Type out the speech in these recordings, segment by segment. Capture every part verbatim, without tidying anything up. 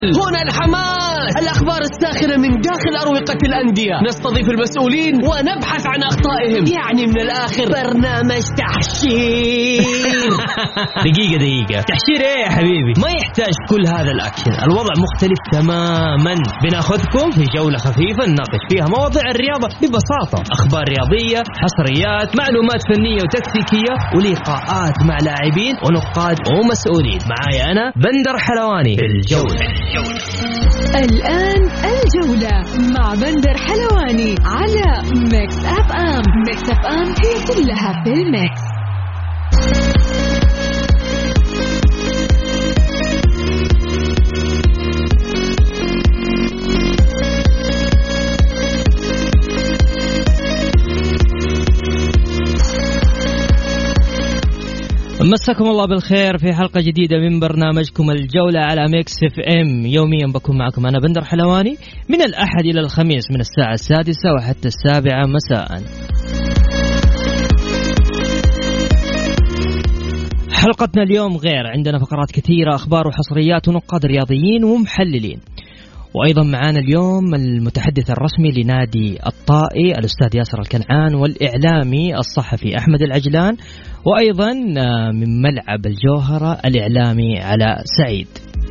هنا الحماس، الأخبار الساخنة من داخل أروقة الأندية، نستضيف المسؤولين ونبحث عن أخطائهم، يعني من الآخر برنامج تحشير. دقيقة دقيقة، تحشير إيه يا حبيبي؟ ما يحتاج كل هذا الأكشن، الوضع مختلف تماما. بناخذكم في جولة خفيفة نناقش فيها مواضيع الرياضة ببساطة، أخبار رياضية، حصريات، معلومات فنية وتكتيكية، ولقاءات مع لاعبين ونقاد ومسؤولين. معاي أنا بندر حلواني في الجولة. الآن الجولة مع بندر حلواني على ميكس أف أم. ميكس أف أم هي كلها في الميكس. مساكم الله بالخير في حلقة جديدة من برنامجكم الجولة على ميكس اف ام. يوميا بكون معكم أنا بندر حلواني من الأحد إلى الخميس من الساعة السادسة وحتى السابعة مساء. حلقتنا اليوم غير، عندنا فقرات كثيرة، أخبار وحصريات ونقاد رياضيين ومحللين. وأيضا معنا اليوم المتحدث الرسمي لنادي الطائي الأستاذ ياسر الكنعان، والإعلامي الصحفي أحمد العجلان، وأيضا من ملعب الجوهرة الإعلامي علاء سعيد.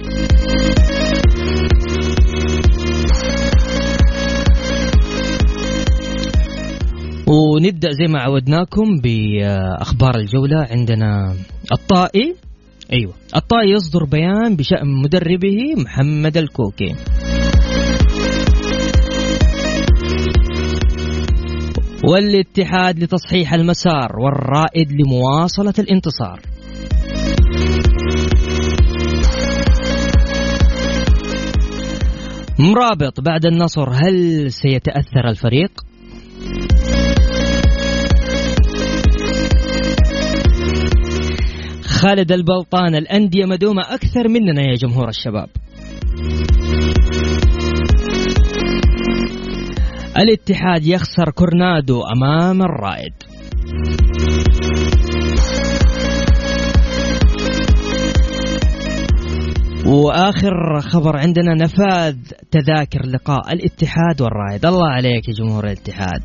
ونبدأ زي ما عودناكم بأخبار الجولة. عندنا الطائي، أيوة الطائي يصدر بيان بشأن مدربه محمد الكوكي. والاتحاد لتصحيح المسار والرائد لمواصلة الانتصار. مرابط بعد النصر، هل سيتأثر الفريق؟ خالد البلطان، الأندية مدومة أكثر مننا يا جمهور الشباب. الاتحاد يخسر كورنادو أمام الرائد. وآخر خبر عندنا نفاذ تذاكر لقاء الاتحاد والرائد. الله عليك يا جمهور الاتحاد.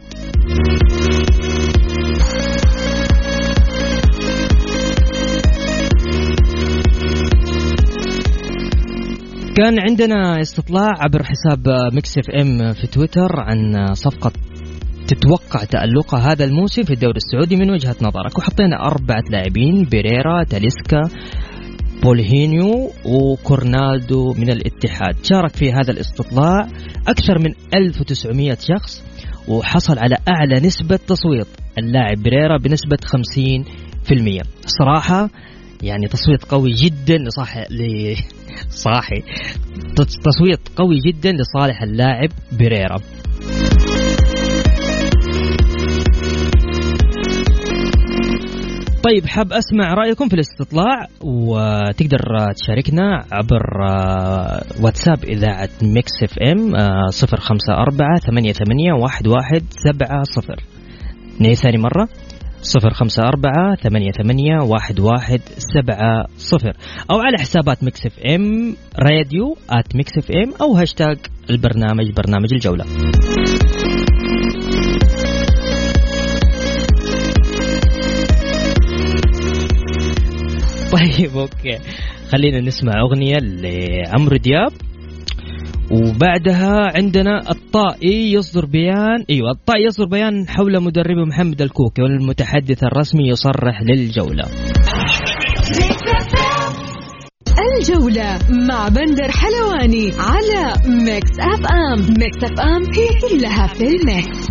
كان عندنا استطلاع عبر حساب ميكس اف ام في تويتر عن صفقة تتوقع تألقها هذا الموسم في الدوري السعودي من وجهة نظرك، وحطينا أربعة لاعبين: بيريرا، تاليسكا، بولهينيو وكورنادو من الاتحاد. شارك في هذا الاستطلاع أكثر من ألف وتسعمائة شخص، وحصل على أعلى نسبة تصويت اللاعب بيريرا بنسبة خمسين بالمئة. صراحة يعني تصويت قوي جدا لصاحي لصاحي تصويت قوي جدا لصالح اللاعب بيريرا. طيب، حاب أسمع رأيكم في الاستطلاع، وتقدر تشاركنا عبر واتساب إذاعة ميكس اف ام صفر خمسة أربعة ثمانية ثمانية واحد واحد سبعة صفر. نهي ثاني مرة صفر خمسة أربعة ثمانية ثمانية واحد واحد سبعة صفر، أو على حسابات ميكس اف ام راديو آت ميكس اف ام، أو هاشتاج البرنامج برنامج الجولة. طيب أوكي، خلينا نسمع أغنية لعمرو دياب، وبعدها عندنا الطائي يصدر بيان. أيوة الطائي يصدر بيان حول مدربه محمد الكوكي، والمتحدث الرسمي يصرح للجولة. الجولة مع بندر حلواني على ميكس أف أم. ميكس أف أم هي كلها في الميكس.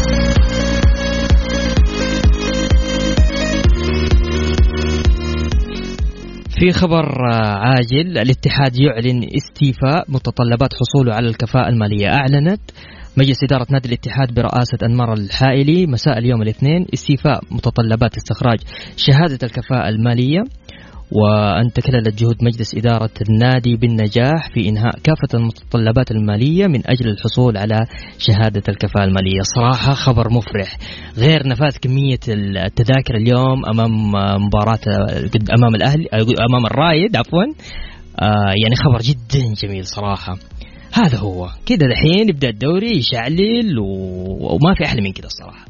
في خبر عاجل، الاتحاد يعلن استيفاء متطلبات حصوله على الكفاءة المالية. أعلنت مجلس إدارة نادي الاتحاد برئاسة أنمار الحائلي مساء اليوم الاثنين استيفاء متطلبات استخراج شهادة الكفاءة المالية، وأن تكللت جهود مجلس إدارة النادي بالنجاح في إنهاء كافة المتطلبات المالية من أجل الحصول على شهادة الكفاءة المالية. صراحة خبر مفرح، غير نفاذ كمية التذاكر اليوم أمام مباراة أمام الأهلي أمام الرايد عفوا آه يعني خبر جدا جميل صراحة. هذا هو كده الحين يبدأ الدوري يشعلل و... وما في أحلى من كده الصراحة.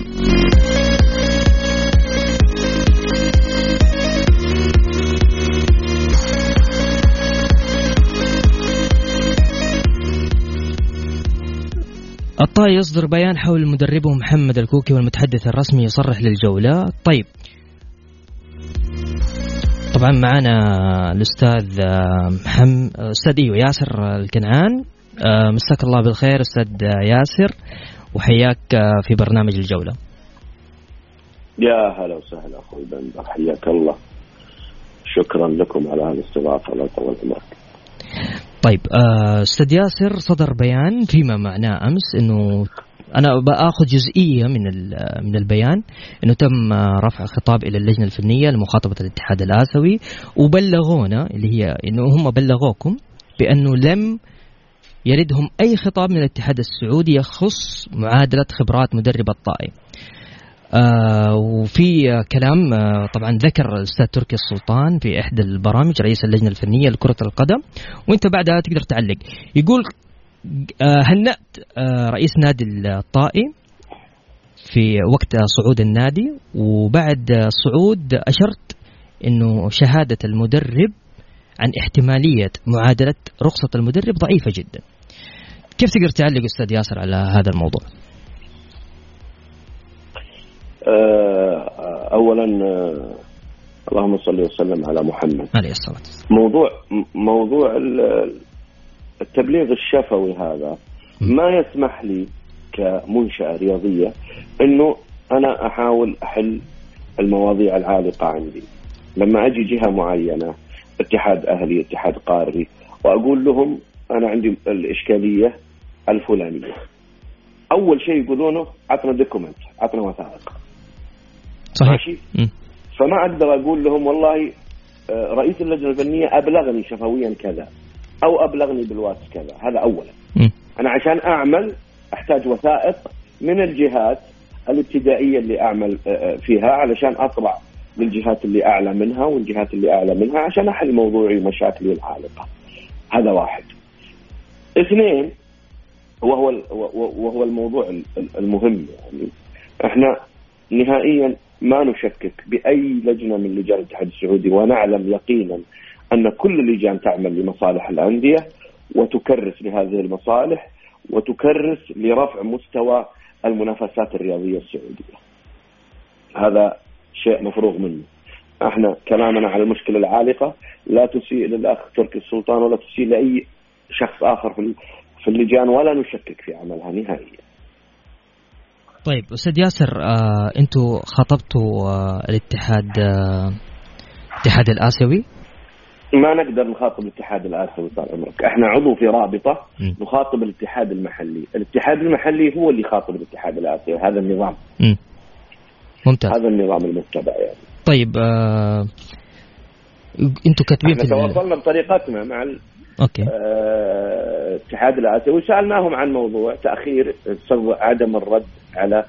الطائي يصدر بيان حول مدربه محمد الكوكي والمتحدث الرسمي يصرح للجولة. طيب طبعا معنا الأستاذ محمد أستاذ إيو ياسر الكنعان. مساك الله بالخير أستاذ ياسر وحياك في برنامج الجولة. يا هلا وسهلا أخوي بندر حياك الله. شكرا لكم على هذه الاستضافة الله يطول عمرك. طيب أستاذ ياسر صدر بيان فيما معناه أمس إنه أنا بأخذ جزئية من من البيان إنه تم رفع خطاب إلى اللجنة الفنية لمخاطبة الاتحاد الآسيوي وبلغونا اللي هي إنه هم بلغوكم بأنه لم يردهم أي خطاب من الاتحاد السعودي يخص معادلة خبرات مدرب الطائي. آه وفي كلام آه طبعا ذكر الأستاذ تركي السلطان في إحدى البرامج رئيس اللجنة الفنية لكرة القدم وانت بعدها تقدر تعلق. يقول آه هنأت آه رئيس نادي الطائي في وقت صعود النادي وبعد الصعود أشرت إنه شهادة المدرب عن احتمالية معادلة رخصة المدرب ضعيفة جدا. كيف تقدر تعلق أستاذ ياسر على هذا الموضوع؟ أولا اللهم صل وسلم على محمد عليه الصلاة والسلام. موضوع موضوع التبليغ الشفوي هذا ما يسمح لي كمنشأة رياضية إنه أنا أحاول أحل المواضيع العالقة عندي. لما أجي جهة معينة اتحاد أهلي اتحاد قاري وأقول لهم أنا عندي الإشكالية الفلانية، أول شيء يقولونه عطنا دوكومنت عطنا وثائق. صحيح. فما أقدر أقول لهم والله رئيس اللجنة الفنية أبلغني شفويا كذا أو أبلغني بالواتس كذا. هذا أولا. م. أنا عشان أعمل أحتاج وثائق من الجهات الابتدائية اللي أعمل فيها علشان أطلع للجهات اللي أعلى منها والجهات اللي أعلى منها عشان أحل موضوعي ومشاكلي العالقة. هذا واحد. اثنين وهو وهو الموضوع المهم، يعني احنا نهائيا ما نشكك بأي لجنة من لجان الاتحاد السعودي ونعلم يقينا أن كل اللجان تعمل لمصالح الأندية وتكرس لهذه المصالح وتكرس لرفع مستوى المنافسات الرياضية السعودية. هذا شيء مفروغ منه. احنا كلامنا على المشكلة العالقة لا تسيء للأخ تركي السلطان ولا تسيء لأي شخص آخر في في اللجان ولا نشكك في عملها نهائيا. طيب أستاذ ياسر آه، أنتوا خاطبتوا آه، الاتحاد آه، الاتحاد الآسيوي؟ ما نقدر نخاطب الاتحاد الآسيوي طال عمرك. احنا عضو في رابطة م. نخاطب الاتحاد المحلي. الاتحاد المحلي هو اللي يخاطب الاتحاد الآسيوي. هذا النظام. م. ممتاز. هذا النظام المتبع يعني. طيب آه، أنتوا كاتبين في تواصلنا بطريقتنا مع ال... أوكي. آه، الاتحاد الآسيوي وسألناهم عن موضوع تأخير عدم الرد على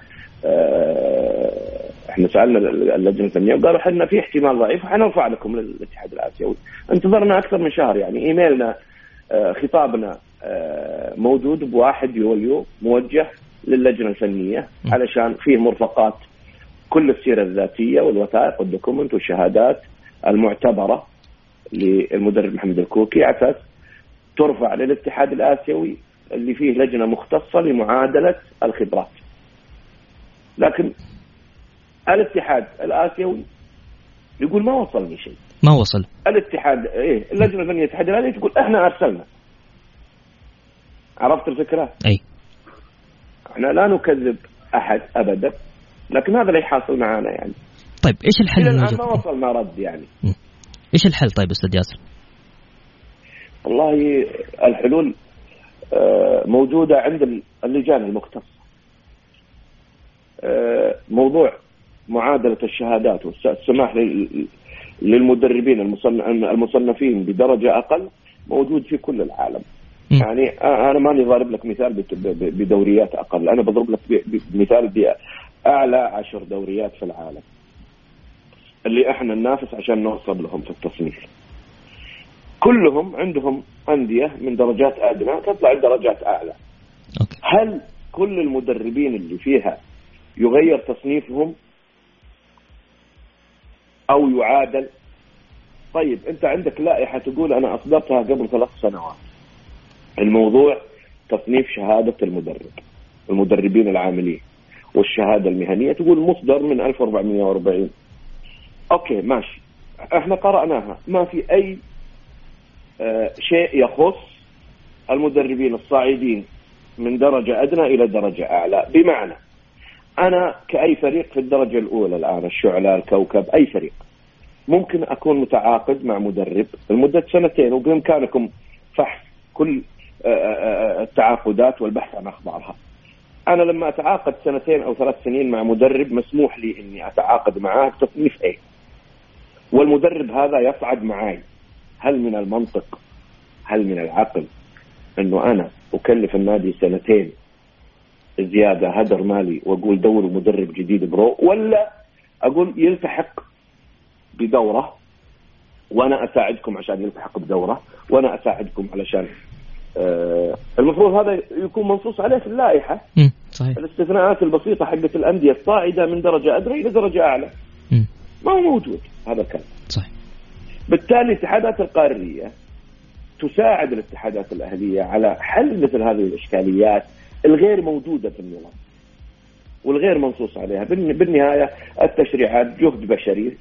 آه، احنا سألنا اللجنة الفنية وقالوا احنا في احتمال ضعيف وحنرفع لكم للاتحاد الآسيوي. انتظرنا أكثر من شهر يعني. إيميلنا آه، خطابنا آه، موجود بواحد يوليو موجه للجنة الفنية علشان فيه مرفقات كل السيرة الذاتية والوثائق والدوكومنت والشهادات المعتبرة للمدرب محمد الكوكي على أساس ترفع للاتحاد الآسيوي اللي فيه لجنة مختصة لمعادلة الخبرات. لكن الاتحاد الآسيوي يقول ما وصلني شيء. ما وصل الاتحاد ايه اللجنة الفنية الاتحاد الآسيوي تقول احنا ارسلنا. عرفت الفكرة؟ اي احنا لا نكذب احد ابدا، لكن هذا اللي يحصل معنا يعني. طيب ايش الحل؟ الى الان ما وصلنا رد يعني. م. ايش الحل طيب استاذ ياسر؟ والله الحلول موجودة عند اللجان المختصة. موضوع معادلة الشهادات والسماح للمدربين المصنفين بدرجة أقل موجود في كل العالم. م. يعني أنا ماني ضارب لك مثال بدوريات أقل، أنا بضرب لك مثال بأعلى عشر دوريات في العالم اللي احنا ننافس عشان نوصل لهم في التصنيف. كلهم عندهم أندية من درجات أدنى تطلع لدرجات أعلى. أوكي. هل كل المدربين اللي فيها يغير تصنيفهم أو يعادل؟ طيب أنت عندك لائحة تقول أنا أصدرتها قبل ثلاث سنوات، الموضوع تصنيف شهادة المدرب، المدربين العاملين والشهادة المهنية، تقول مصدر من ألف وأربعمائة وأربعين. أوكي ماشي، احنا قرأناها، ما في أي آه شيء يخص المدربين الصاعدين من درجة أدنى إلى درجة أعلى. بمعنى أنا كأي فريق في الدرجة الأولى الآن، الشعلة، الكوكب، أي فريق، ممكن أكون متعاقد مع مدرب لمدة سنتين، وبإمكانكم فحص كل التعاقدات والبحث عن أخبارها. أنا لما أتعاقد سنتين أو ثلاث سنين مع مدرب مسموح لي إني أتعاقد معاه تصنيف A، والمدرب هذا يصعد معي. هل من المنطق، هل من العقل إنه أنا أكلف النادي سنتين زيادة هدر مالي وأقول دوروا مدرب جديد برو، ولا أقول يلتحق بدورة وأنا أساعدكم عشان يلتحق بدورة، وأنا أساعدكم علشان آه المفروض هذا يكون منصوص عليه في اللائحة. صحيح. الاستثناءات البسيطة حقت الأندية الصاعدة من درجة أدنى إلى درجة أعلى م. ما هو موجود هذا الكلام. صحيح. بالتالي الاتحادات القارية تساعد الاتحادات الأهلية على حل مثل هذه الإشكاليات الغير موجودة في النظام والغير منصوص عليها. بالنهاية التشريعات جهد بشري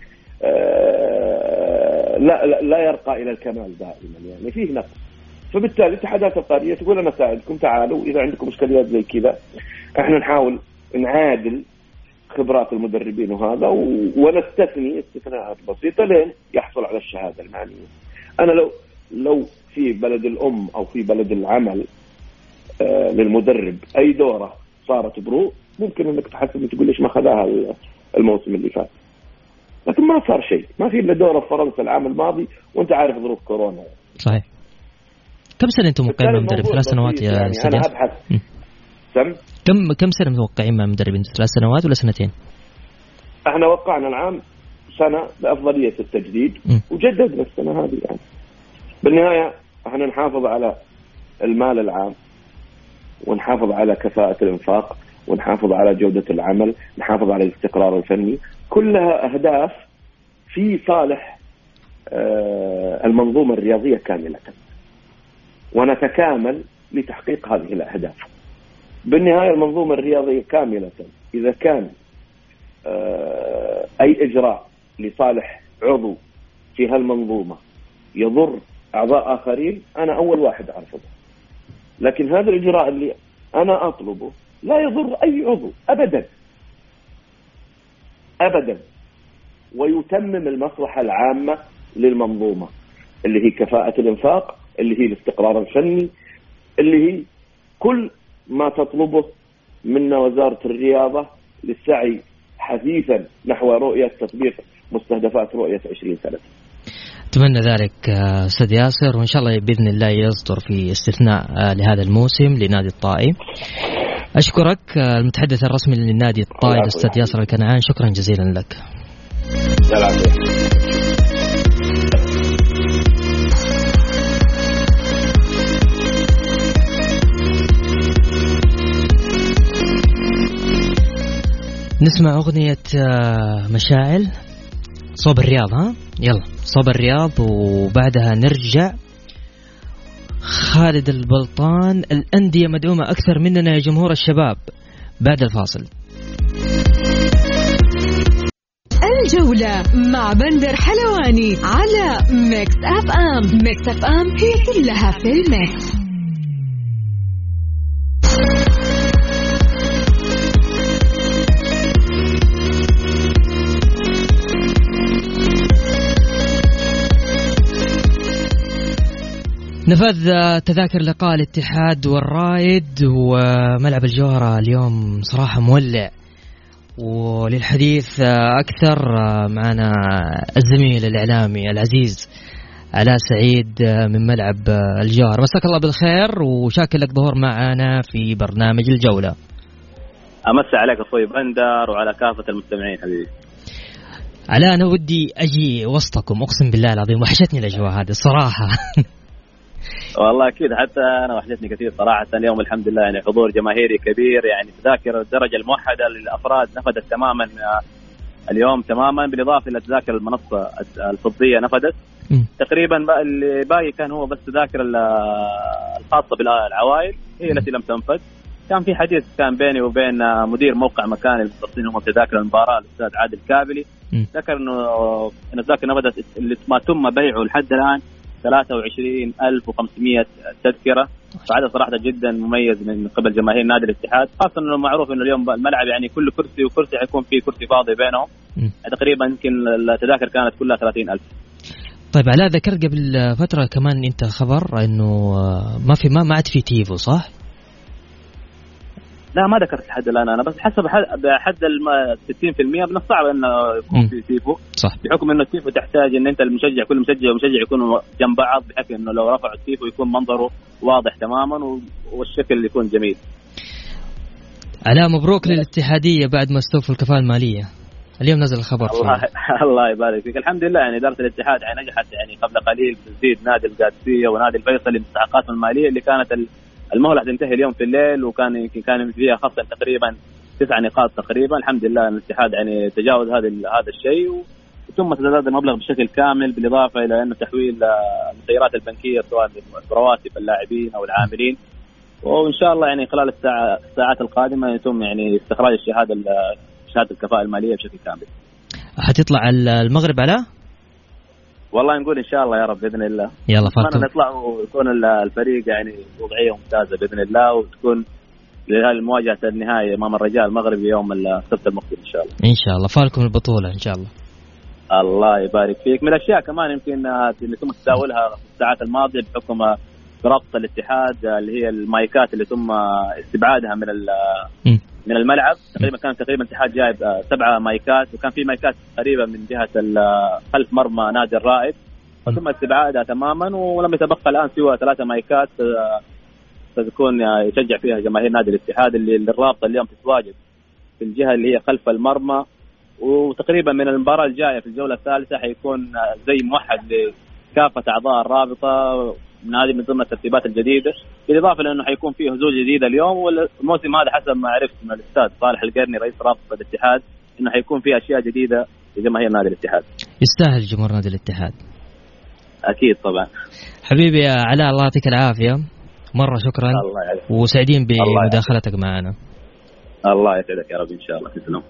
آه لا, لا, لا يرقى إلى الكمال دائما، يعني فيه نقص. فبالتالي الاتحادات القارية تقول أنا ساعدكم، تعالوا إذا عندكم إشكاليات زي كذا إحنا نحاول نعادل خبرات المدربين وهذا، ونستثني استثناءات بسيطة لين يحصل على الشهادة المعنية. أنا لو لو في بلد الأم أو في بلد العمل آه للمدرب أي دورة صارت برو، ممكن أنك تحسب تقول ليش ما خذاها الموسم اللي فات، لكن ما صار شيء، ما في إلا دورة في فرنسا العام الماضي وأنت عارف ظروف كورونا. صحيح. كم سنة أنتم موقعين مع مدرب؟ ثلاث سنوات يا يعني سيدي. أنا أبحث سم كم كم سنة متوقعين مع مدربين؟ ثلاث سنوات ولا سنتين؟ احنا وقعنا العام سنة بأفضلية التجديد م. وجددنا السنة هذه. يعني بالنهاية احنا نحافظ على المال العام، ونحافظ على كفاءة الإنفاق، ونحافظ على جودة العمل، نحافظ على الاستقرار الفني، كلها أهداف في صالح المنظومة الرياضية كاملة، ونتكامل لتحقيق هذه الأهداف. بالنهاية المنظومة الرياضية كاملة إذا كان أي إجراء لصالح عضو في هالمنظومة يضر أعضاء آخرين، أنا أول واحد أرفضه. لكن هذا الإجراء اللي أنا أطلبه لا يضر أي عضو أبدا أبدا، ويتمم المصلحة العامة للمنظومة اللي هي كفاءة الإنفاق، اللي هي الاستقرار الفني، اللي هي كل ما تطلبه منا وزارة الرياضة للسعي حثيثا نحو رؤية تطبيق مستهدفات رؤية عشرين ثلاثين. أتمنى ذلك أستاذ ياسر، وإن شاء الله بإذن الله يصدر في استثناء لهذا الموسم لنادي الطائي. أشكرك المتحدث الرسمي للنادي الطائي الأستاذ ياسر الكنعان، شكرا جزيلا لك. نسمع أغنية مشاعل صوب الرياض. ها يلا صوب الرياض، وبعدها نرجع. خالد البلطان، الأندية مدعومة أكثر مننا يا جمهور الشباب، بعد الفاصل. الجولة مع بندر حلواني على ميكس أف أم. ميكس أف أم هي كلها في الميكس. نفذ تذاكر لقاء الاتحاد والرائد، وملعب الجوهرة اليوم صراحة مولع. وللحديث أكثر معنا الزميل الإعلامي العزيز علاء سعيد من ملعب الجوهرة. مساك الله بالخير وشاكر لك ظهور معنا في برنامج الجولة. أمسي عليك أخوي بندر وعلى كافة المستمعين حبيبي. علاء أنا ودي أجي وسطكم أقسم بالله العظيم، وحشتني الأجواء هذه الصراحة. والله أكيد حتى أنا وحشتني كثير صراحة. اليوم الحمد لله يعني حضور جماهيري كبير، يعني تذاكر الدرجة الموحدة للأفراد نفذت تماما اليوم تماما، بالإضافة إلى تذاكر المنصة الفضية نفذت تقريبا. اللي باقي كان هو بس تذاكر الخاصة بالعوائل هي التي لم تنفذ. كان في حديث كان بيني وبين مدير موقع مكان المختصين هم بتذاكر المباراة الأستاذ عادل كابلي، ذكر إنه إن التذاكر نفذت اللي ما تم بيعه لحد الآن ثلاثة وعشرين ألف وخمسمائة تذكرة، فهذا صراحة جدا مميز من قبل جماهير نادي الاتحاد، خاصة إنه معروف إنه اليوم الملعب يعني كل كرسي وكرسي حيكون فيه كرسي فاضي بينهم. تقريبا يمكن التذاكر كانت كلها ثلاثين ألف. طيب علاء، ذكرت قبل فترة كمان أنت خبر إنه ما في ما ما عاد في تيفو صح؟ لا ما ذكرت لحد الآن أنا، بس حسب حد ستين بالمئة من الصعب إنه يكون في تيفو، صح، بحكم إنه التيفو تحتاج إن أنت المشجع كل مشجع ومشجع يكونوا جنب بعض، بحيث إنه لو رفعوا التيفو يكون منظره واضح تماما والشكل يكون جميل. علاء مبروك للاتحادية بعد ما استوفوا الكفاءة المالية، اليوم نزل الخبر. الله, الله يبارك فيك. الحمد لله يعني إدارة الاتحاد يعني نجحت يعني قبل قليل تزيد نادي القادسية ونادي الفيصلي مستحقاتهم المالية اللي كانت المهلة تنتهي اليوم في الليل، وكان يمكن كان فيها خصم تقريبا تسع نقاط تقريبا. الحمد لله الاتحاد يعني تجاوز هذا هذا الشيء، وثم تزداد المبلغ بشكل كامل، بالإضافة إلى أنه تحويل المسيرات البنكية سواء رواتب اللاعبين أو العاملين، وإن شاء الله يعني خلال الساعة الساعات القادمة يتم يعني استخراج الشهادة شهادة الكفاءة المالية بشكل كامل. هتطلع المغرب على؟ والله نقول إن شاء الله يا رب بإذن الله. يلا فاتوا نطلع ويكون الفريق يعني وضعية ممتازة بإذن الله، وتكون لهالمواجهة النهائية أمام الرجاء المغربي يوم السبت المقبل إن شاء الله. إن شاء الله فالكم البطولة إن شاء الله. الله يبارك فيك. من الأشياء كمان يمكن اللي تم تداولها في الساعات الماضية بحكم ربط الاتحاد اللي هي المايكات اللي تم استبعادها من من الملعب. تقريبا كان تقريبا الاتحاد جايب سبعة مايكات، وكان في مايكات قريبة من جهة خلف مرمى نادي الرائد، فتم استبعادها تماما، ولم يتبقى الآن سوى ثلاثة مايكات ستكون يشجع فيها جماهير نادي الاتحاد اللي الرابطة اليوم تتواجد في الجهة اللي هي خلف المرمى. وتقريبا من المباراة الجاية في الجولة الثالثة حيكون زي موحد لكافة أعضاء الرابطة من هذه من ضمن الترتيبات الجديدة، بالإضافة لأنه حيكون فيه هزوج جديدة اليوم. والموسم هذا حسب ما عرفت من الأستاذ صالح القرني رئيس رابطة الاتحاد إنه حيكون فيه أشياء جديدة لجماهير نادي الاتحاد. يستاهل جمهور نادي الاتحاد أكيد طبعا. حبيبي يا علاء الله يعطيك العافية مرة، شكرا وسعيدين بمداخلتك معنا. الله يسعدك يا رب إن شاء الله. تسلم.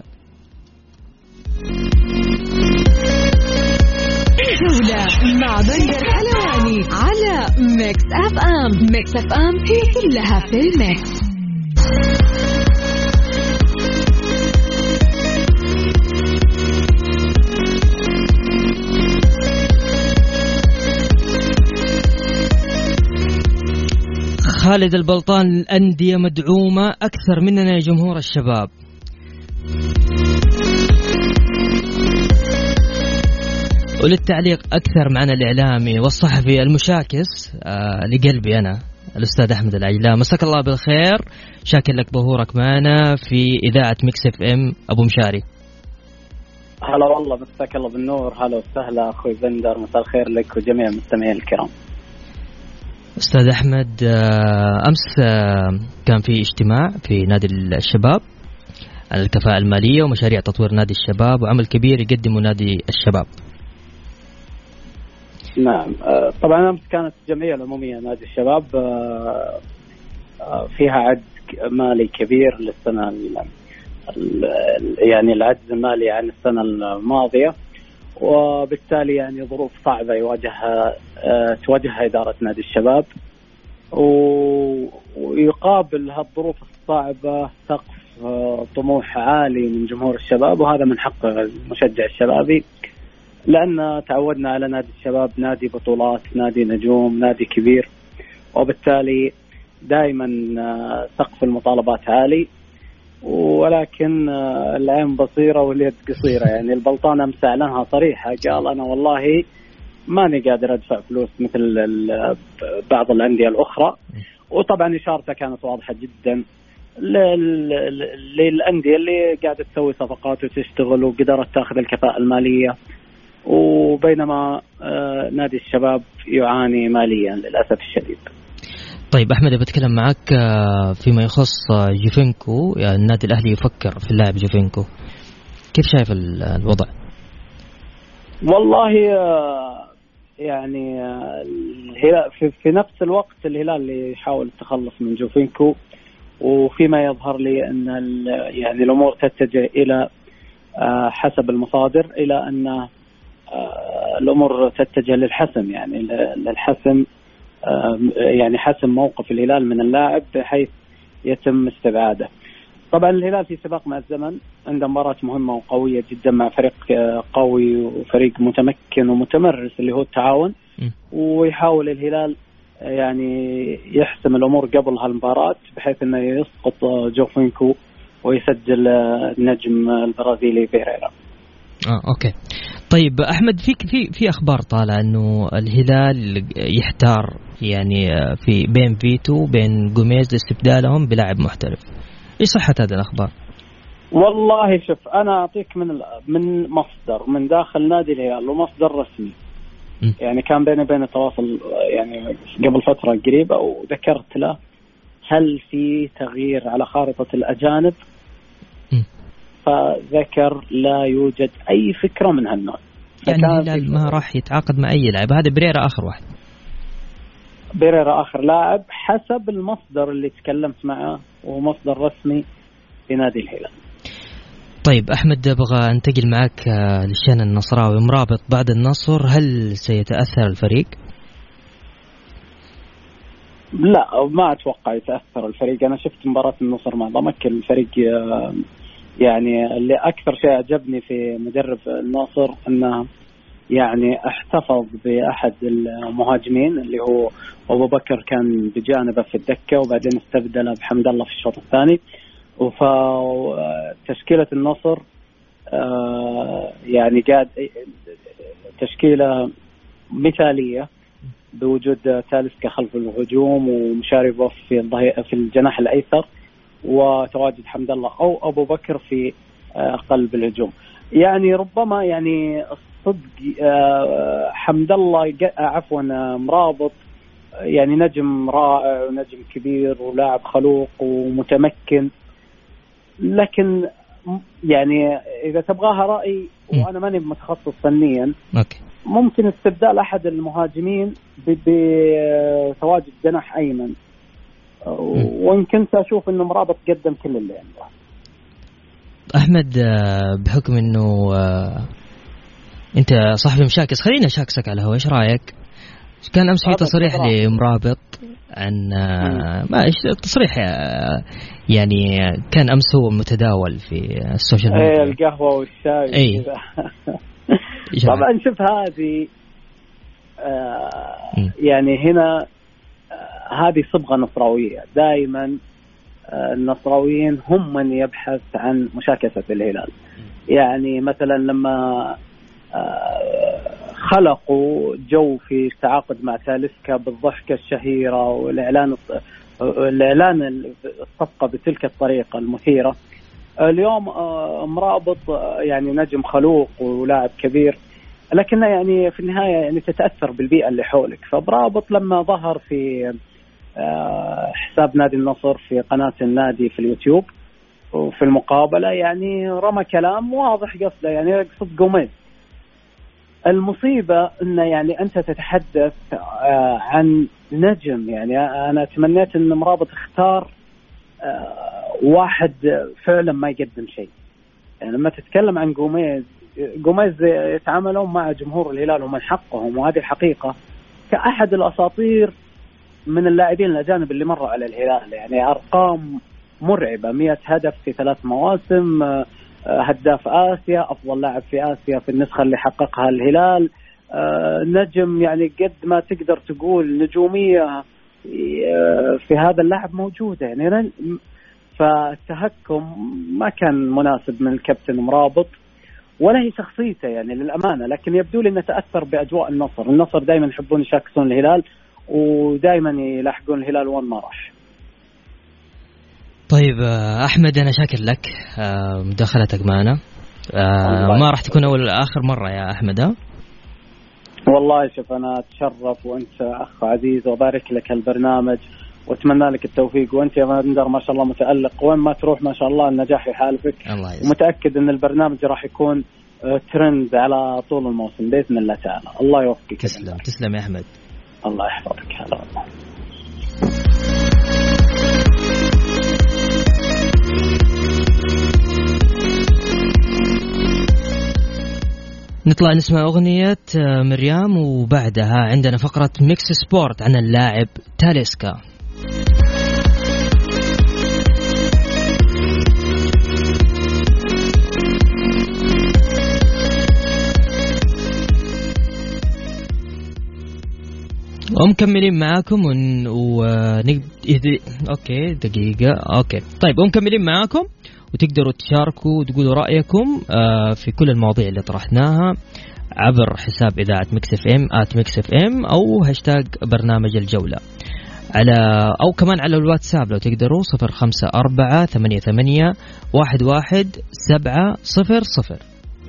جولة مع بندر حلواني على ميكس أف أم. ميكس أف أم هي كلها في الميكس. خالد البلطان، الأندية مدعومة أكثر مننا يا جمهور الشباب. وللتعليق أكثر معنا الإعلامي والصحفي المشاكس آه لقلبي أنا الأستاذ أحمد العجلان. مساك الله بالخير، شاكر لك ظهورك معنا في إذاعة ميكس اف ام أبو مشاري. هلا والله، مساك الله بالنور. هلا وسهلا أخوي بندر، مساء الخير لك وجميع المستمعين الكرام. أستاذ أحمد، آه أمس آه كان في اجتماع في نادي الشباب على الكفاءة المالية ومشاريع تطوير نادي الشباب وعمل كبير يقدمه نادي الشباب. نعم طبعا أمس كانت الجمعية العمومية نادي الشباب فيها عد مالي كبير للسنة يعني العجز المالي عن السنة الماضية، وبالتالي يعني ظروف صعبة يواجهها تواجهها إدارة نادي الشباب، ويقابل هالظروف الصعبة سقف طموح عالي من جمهور الشباب، وهذا من حق المشجع الشبابي، لأن تعودنا على نادي الشباب نادي بطولات، نادي نجوم، نادي كبير، وبالتالي دائما سقف المطالبات عالي، ولكن العين بصيرة واليد قصيرة. يعني البلطان أمس أعلنها صريحة، قال أنا والله ماني قادر أدفع فلوس مثل بعض الأندية الأخرى، وطبعا إشارته كانت واضحة جدا للأندية اللي قاعدة تسوي صفقات وتشتغل وقدرت تأخذ الكفاءة المالية، وبينما نادي الشباب يعاني ماليا للأسف الشديد. طيب أحمد، بتكلم معك فيما يخص جوفينكو. يعني النادي الأهلي يفكر في اللاعب جوفينكو، كيف شايف الوضع؟ والله يعني في, في نفس الوقت الهلال اللي يحاول التخلص من جوفينكو، وفيما يظهر لي أن يعني الأمور تتجه إلى حسب المصادر إلى أن الأمور تتجه للحسم، يعني للحسم يعني حسم موقف الهلال من اللاعب بحيث يتم استبعاده. طبعا الهلال في سباق مع الزمن، عنده مباراة مهمة وقوية جدا مع فريق قوي وفريق متمكن ومتمرس اللي هو التعاون، ويحاول الهلال يعني يحسم الأمور قبل هالمباراة بحيث أنه يسقط جوفينكو ويسجل النجم البرازيلي بيريرا. آه، أوكي. طيب أحمد، في في في أخبار طالعة إنه الهلال يحتار يعني في بين فيتو بين جوميز لاستبدالهم بلاعب محترف. إيش صحة هذه الأخبار؟ والله شوف، أنا أعطيك من من مصدر من داخل نادي الهلال ومصدر رسمي. م. يعني كان بيني وبين التواصل يعني قبل فترة قريبة، وذكرت له هل في تغيير على خارطة الأجانب؟ م. فذكر لا يوجد أي فكرة من هالنوع. يعني الهلال ما راح يتعاقد مع أي لاعب. هذا بريرا آخر واحد. بريرا آخر لاعب حسب المصدر اللي تكلمت معه، ومصدر رسمي في نادي الهلال. طيب أحمد، أبغى أنتقل معك للشان النصراوي. مرابط بعد النصر، هل سيتأثر الفريق؟ لا، ما أتوقع يتأثر الفريق. أنا شفت مباراة النصر مع ضمك. الفريق يعني اللي أكثر شيء عجبني في مدرب النصر أنه يعني احتفظ بأحد المهاجمين اللي هو أبو بكر، كان بجانبه في الدكة وبعدين استبدله بحمد الله في الشوط الثاني. وتشكيلة النصر يعني قاعد تشكيلة مثالية بوجود تاليسكا خلف الهجوم ومشاريبوف في في الجناح الأيسر، وتواجد حمد الله أو أبو بكر في قلب الهجوم. يعني ربما يعني الصدق حمد الله عفوا مرابط يعني نجم رائع ونجم كبير ولاعب خلوق ومتمكن، لكن يعني إذا تبغاها رأي وأنا ماني متخصص فنيا، ممكن استبدال أحد المهاجمين بتواجد جناح أيمن، وإن كنت أشوف إنه مرابط قدم كل اللي عنده. أحمد، بحكم إنه أنت صاحب مشاكس، خلينا شاكسك على هو، إيش رأيك؟ كان أمس في تصريح لمرابط عن ما إيش تصريح يعني كان أمس هو متداول في السوشيال ميديا. إيه، القهوة والشاي. إيه. طبعا شوف هذه آه يعني هنا آه هذه صبغة نصراوية. دائما آه النصراويين هم من يبحث عن مشاكسة الهلال. يعني مثلا لما آه خلقوا جو في التعاقد مع تاليسكا بالضحكة الشهيرة والإعلان الإعلان الصفقة بتلك الطريقة المثيرة، اليوم مرابط يعني نجم خلوق ولاعب كبير، لكنه يعني في النهاية يعني تتأثر بالبيئة اللي حولك. فمرابط لما ظهر في حساب نادي النصر في قناة النادي في اليوتيوب وفي المقابلة يعني رمى كلام واضح قصده، يعني يقصد جوميز. المصيبة إنه يعني أنت تتحدث عن نجم، يعني أنا تمنيت إن مرابط اختار واحد فعلا ما يقدم شيء. يعني لما تتكلم عن جوميز، جوميز يتعاملون مع جمهور الهلال ومن حقهم، وهذه حقيقة، كأحد الأساطير من اللاعبين الأجانب اللي مروا على الهلال. يعني أرقام مرعبة، مئة هدف في ثلاث مواسم، هداف آسيا، أفضل لاعب في آسيا في النسخة اللي حققها الهلال، نجم يعني قد ما تقدر تقول نجومية في هذا اللاعب موجودة. يعني فالتهكم ما كان مناسب من الكابتن مرابط ولا هي شخصيته يعني للأمانة، لكن يبدو لي أنه تأثر بأجواء النصر. النصر دائما يحبون يشاكسون الهلال ودائما يلاحقون الهلال وين ما راح. طيب أحمد أنا شاكر لك مداخلتك معنا. ما راح تكون أول آخر مرة يا أحمد. ها والله شوف أنا أتشرف وأنت أخ عزيز وبارك لك البرنامج وأتمنى لك التوفيق، وأنت يا بندر ما شاء الله متألق وين ما تروح ما شاء الله النجاح يحالفك، ومتأكد أن البرنامج راح يكون ترند على طول الموسم بإذن الله تعالى. الله يوفقك. تسلم تسلم يا أحمد. الله يحفظك. هلا والله. نطلع نسمع أغنية مريم وبعدها عندنا فقرة ميكس سبورت عن اللاعب تاليسكا. ومكملين معاكم ون... و... نق... اوكي دقيقة اوكي طيب ومكملين معاكم وتقدروا تشاركوا وتقولوا رأيكم في كل المواضيع اللي طرحناها عبر حساب إذاعة ميكس اف ام آت ميكس اف ام أو هاشتاج برنامج الجولة على أو كمان على الواتساب لو تقدروا صفر خمسة أربعة ثمانية ثمانية واحد واحد سبعة صفر صفر.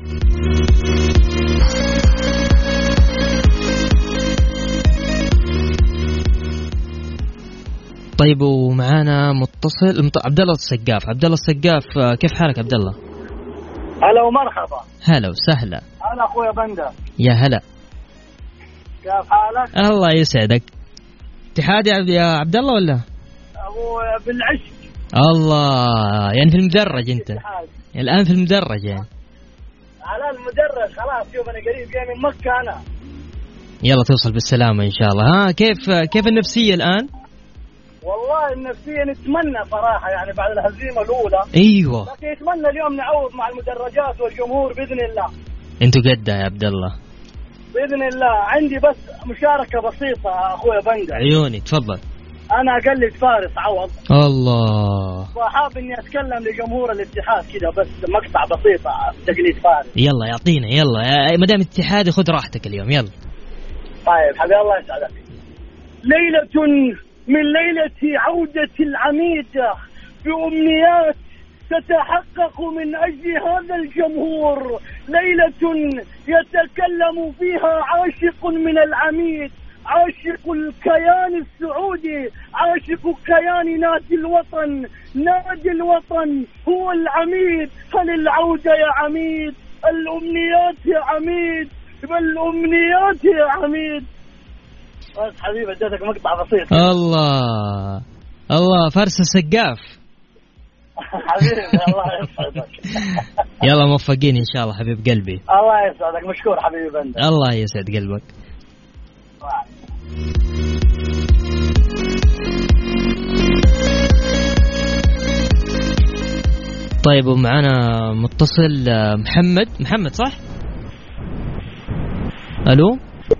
طيب ومعانا متصل مط... عبد الله السقاف. عبد الله السقاف كيف حالك عبد الله؟ هلا ومرحبا. هلا وسهلا. انا اخويا بندر. يا هلا. كيف حالك؟ الله يسعدك. اتحادي يا عبد الله ولا؟ ابو بالعشق. الله يعني في المدرج انت. يعني الان في المدرج يعني. على المدرج خلاص. شوف انا قريب جاي من مكه انا. يلا توصل بالسلامه ان شاء الله. ها كيف كيف النفسيه الان؟ والله النفسية نتمنى صراحة يعني بعد الهزيمة الأولى. أيوة. لكن نتمنى اليوم نعوض مع المدرجات والجمهور بإذن الله. أنتوا قدها يا عبد الله. بإذن الله. عندي بس مشاركة بسيطة أخويا بندر. عيوني تفضل. أنا أقلد فارس عوض. الله. وحاب إني أتكلم لجمهور الاتحاد كده بس مقطع بسيطة تقليد فارس. يلا يعطينا يلا ما دام اتحادي خذ راحتك اليوم يلا. طيب حبيبي الله يسعدك. ليلة من ليلة عودة العميد بأمنيات تتحقق من أجل هذا الجمهور، ليلة يتكلم فيها عاشق من العميد، عاشق الكيان السعودي، عاشق كيان نادي الوطن، نادي الوطن هو العميد. هل العودة يا عميد؟ الأمنيات يا عميد، بالأمنيات يا عميد. بس حبيبي اديتك مقطع بسيط. الله الله فارس السقاف. حبيبي الله يسعدك. يلا موفقين ان شاء الله حبيب قلبي. الله يسعدك مشكور حبيبي بندر. الله يسعد قلبك. طيب ومعنا متصل محمد. محمد صح؟ الو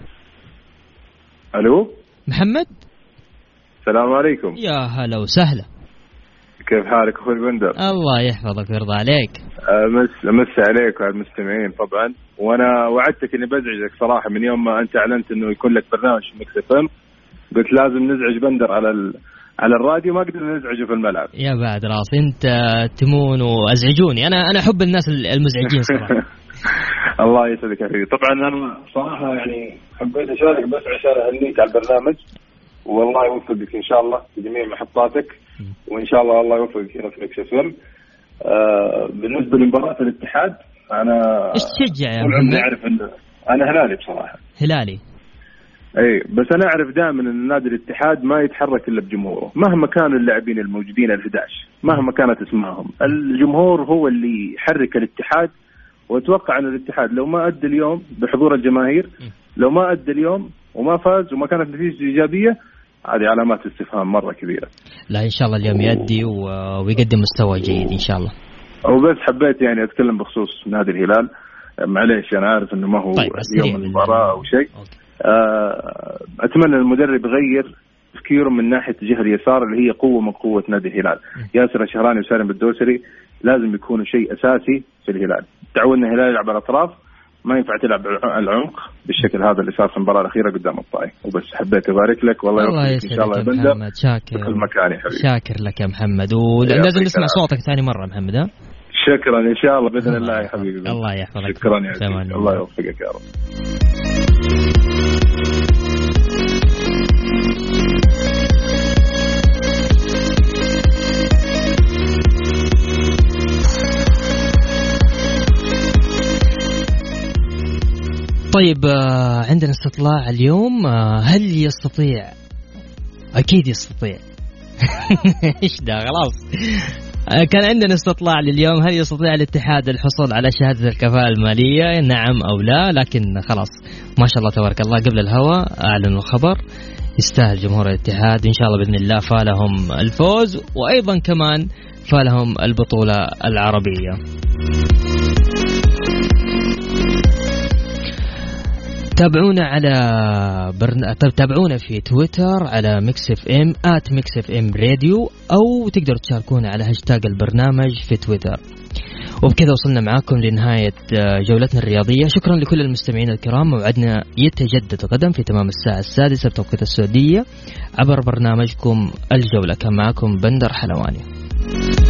الو محمد. السلام عليكم. يا هلا وسهلا. كيف حالك اخوي بندر؟ الله يحفظك ويرضى عليك. امس امس عليك وعلى المستمعين طبعا، وانا وعدتك اني بزعجك صراحه من يوم ما انت اعلنت انه يكون لك برنامج ميكس اف ام، قلت لازم نزعج بندر على ال... على الراديو، ما قدرنا نزعجه في الملعب. يا بعد راس انت تمون وازعجوني، انا انا احب الناس المزعجين صراحه. الله يسعدك يا اخي. طبعا انا صراحه يعني حبيت اشارك بس عشان اهنيك على البرنامج، والله يوفقك ان شاء الله في جميع محطاتك، وان شاء الله الله يوفقك هنا في ميكس اف ام. آه بالنسبه لمباراه الاتحاد انا ايش تشجع يا محمد؟ اعرف ان انا هلالي بصراحه. هلالي اي بس انا اعرف دائما ان نادي الاتحاد ما يتحرك الا بجمهوره، مهما كانوا اللاعبين الموجودين الأحد عشر، مهما كانت اسمائهم، الجمهور هو اللي يحرك الاتحاد. واتوقع ان الاتحاد لو ما ادى اليوم بحضور الجماهير، لو ما ادى اليوم وما فاز وما كانت نتيجه ايجابيه، هذه علامات استفهام مره كبيره. لا ان شاء الله اليوم يؤدي ويقدم مستوى جيد ان شاء الله. وبس حبيت يعني اتكلم بخصوص نادي الهلال، معليش انا عارف انه ما هو طيب اليوم المباراه او شيء. اتمنى المدرب يغير تفكيره من ناحيه الجهه اليسار اللي هي قوه من قوه نادي الهلال. ياسر الشهراني وسالم الدوسري لازم يكونوا شيء اساسي في الهلال. تعودنا الهلال يلعب على الاطراف، ما ينفع تلعب العمق بالشكل هذا اللي صار في المباراة الأخيرة قدام الطائي. وبس حبيت أبارك لك والله يوفقك إن شاء الله يا بندر. شاكر في كل مكان يا حبيبي. شاكر لك يا محمد، ولازم نسمع صوتك ثاني مرة محمد. ها شكرا إن شاء الله بإذن الله يا حبيبي. الله يحفظك. شكرا يا حبيبي. الله يوفقك يا رب. طيب عندنا استطلاع اليوم، هل يستطيع؟ أكيد يستطيع. إيش ده خلاص. كان عندنا استطلاع لليوم، هل يستطيع الاتحاد الحصول على شهادة الكفاءة المالية نعم أو لا؟ لكن خلاص ما شاء الله تبارك الله قبل الهوا أعلنوا الخبر، يستاهل جمهور الاتحاد إن شاء الله بإذن الله، فالهم الفوز وأيضا كمان فالهم البطولة العربية. تابعونا على برن... تابعونا في تويتر على ميكس اف ام آت ميكس اف ام راديو، أو تقدروا تشاركونا على هاشتاج البرنامج في تويتر. وبكذا وصلنا معاكم لنهاية جولتنا الرياضية. شكرا لكل المستمعين الكرام، موعدنا يتجدد غدا في تمام الساعة السادسة بتوقيت السعودية عبر برنامجكم الجولة. كان معكم بندر حلواني.